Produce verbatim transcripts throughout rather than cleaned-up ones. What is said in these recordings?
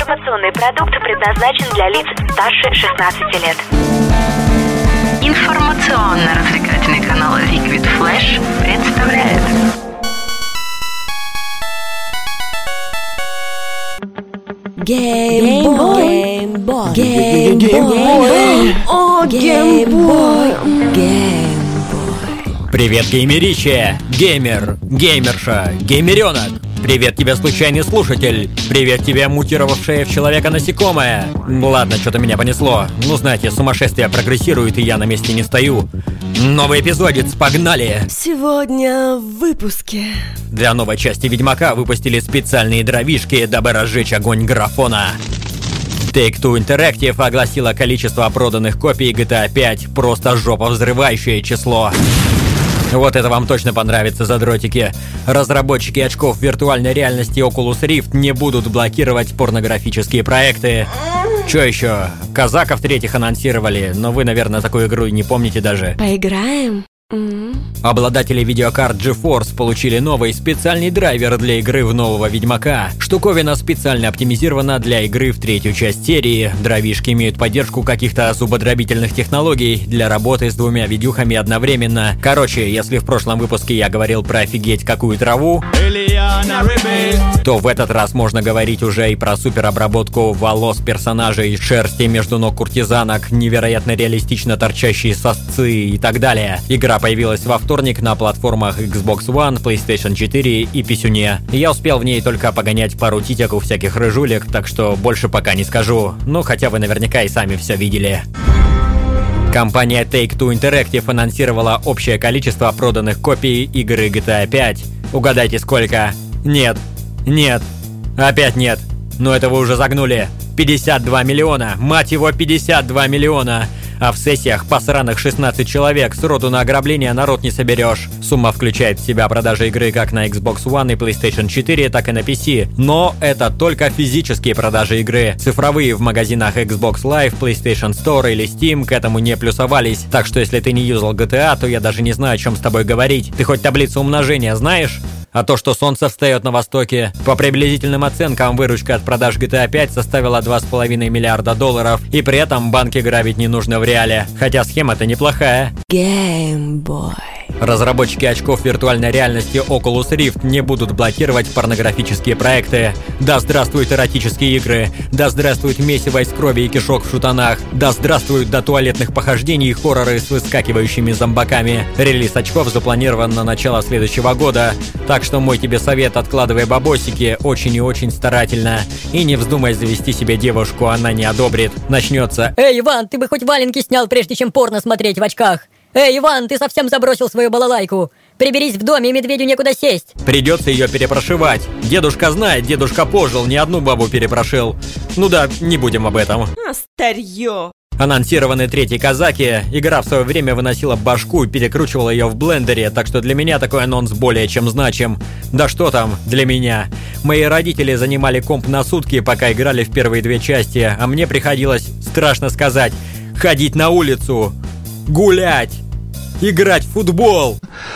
Информационный продукт предназначен для лиц старше шестнадцати лет. Информационно-развлекательный канал Liquid Flash представляет. Геймбой, геймбой, геймбой, о, геймбой, геймбой. Привет, геймериче, геймер, геймерша, геймеренок. Привет тебе, случайный слушатель. Привет тебе, мутировавшее в человека насекомое. Ладно, что-то меня понесло. Ну, знаете, сумасшествие прогрессирует, и я на месте не стою. Новый эпизодец, погнали! Сегодня в выпуске. Для новой части Ведьмака выпустили специальные дровишки, дабы разжечь огонь графона. Take-Two Interactive огласила количество проданных копий джи ти эй пять, просто жоповзрывающее число. Вот это вам точно понравится, задротики. Разработчики очков виртуальной реальности Oculus Rift не будут блокировать порнографические проекты. Чё еще? Казаков третьих анонсировали, но вы, наверное, такую игру и не помните даже. Поиграем? Mm-hmm. Обладатели видеокарт GeForce получили новый специальный драйвер для игры в нового Ведьмака. Штуковина специально оптимизирована для игры в третью часть серии. Дровишки имеют поддержку каких-то зубодробительных технологий для работы с двумя видюхами одновременно. Короче, если в прошлом выпуске я говорил про офигеть какую траву, то в этот раз можно говорить уже и про суперобработку волос персонажей, шерсти между ног куртизанок, невероятно реалистично торчащие сосцы и так далее. Игра появилась во вторник на платформах Xbox One, PlayStation четыре и писюне. Я успел в ней только погонять пару титек у всяких рыжулек, так что больше пока не скажу. Ну, хотя вы наверняка и сами все видели. Компания Take-Two Interactive анонсировала общее количество проданных копий игры джи ти эй пять. Угадайте, сколько? Нет. Нет. Опять нет. Но это вы уже загнули. пятьдесят два миллиона. Мать его, пятьдесят два миллиона. А в сессиях посраных шестнадцать человек, сроду на ограбление народ не соберешь. Сумма включает в себя продажи игры как на Xbox One и PlayStation четыре, так и на пи си. Но это только физические продажи игры. Цифровые в магазинах Xbox Live, PlayStation Store или Steam к этому не плюсовались. Так что если ты не юзал джи ти эй, то я даже не знаю, о чем с тобой говорить. Ты хоть таблицу умножения знаешь? А то, что солнце встает на востоке. По приблизительным оценкам, выручка от продаж джи ти эй пять составила два с половиной миллиарда долларов, и при этом банки грабить не нужно в реале. Хотя схема-то неплохая. Геймбой. Разработчики очков виртуальной реальности Oculus Rift не будут блокировать порнографические проекты. Да здравствуют эротические игры. Да здравствует месиво из крови и кишок в шутанах. Да здравствуют до туалетных похождений хорроры с выскакивающими зомбаками. Релиз очков запланирован на начало следующего года. Так что мой тебе совет: откладывай бабосики очень и очень старательно. И не вздумай завести себе девушку, она не одобрит. Начнется: «Эй, Иван, ты бы хоть валенки снял, прежде чем порно смотреть в очках! Эй, Иван, ты совсем забросил свою балалайку! Приберись в доме, медведю некуда сесть!» Придется ее перепрошивать. Дедушка знает, дедушка пожил, ни одну бабу перепрошил. Ну да, не будем об этом. А, старье. Анонсированный третий Казаки, игра в свое время выносила башку и перекручивала ее в блендере, так что для меня такой анонс более чем значим. Да что там, для меня. Мои родители занимали комп на сутки, пока играли в первые две части, а мне приходилось, страшно сказать, ходить на улицу, гулять, играть в футбол.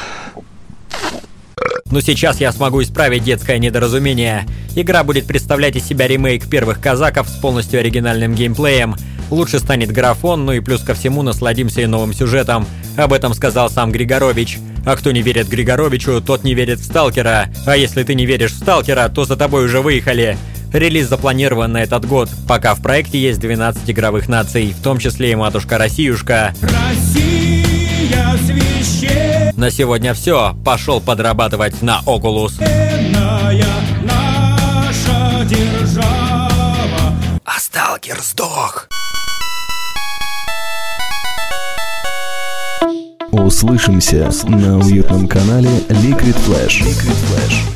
Но сейчас я смогу исправить детское недоразумение. Игра будет представлять из себя ремейк первых Казаков с полностью оригинальным геймплеем. Лучше станет графон, ну и плюс ко всему насладимся и новым сюжетом. Об этом сказал сам Григорович. А кто не верит Григоровичу, тот не верит в Сталкера. А если ты не веришь в Сталкера, то за тобой уже выехали. Релиз запланирован на этот год, пока в проекте есть двенадцать игровых наций, в том числе и матушка Россиюшка. Россия священная. На сегодня все. Пошел подрабатывать на Oculus. Наша держава. А Сталкер сдох. Услышимся на уютном канале Liquid Flash. Liquid Flash.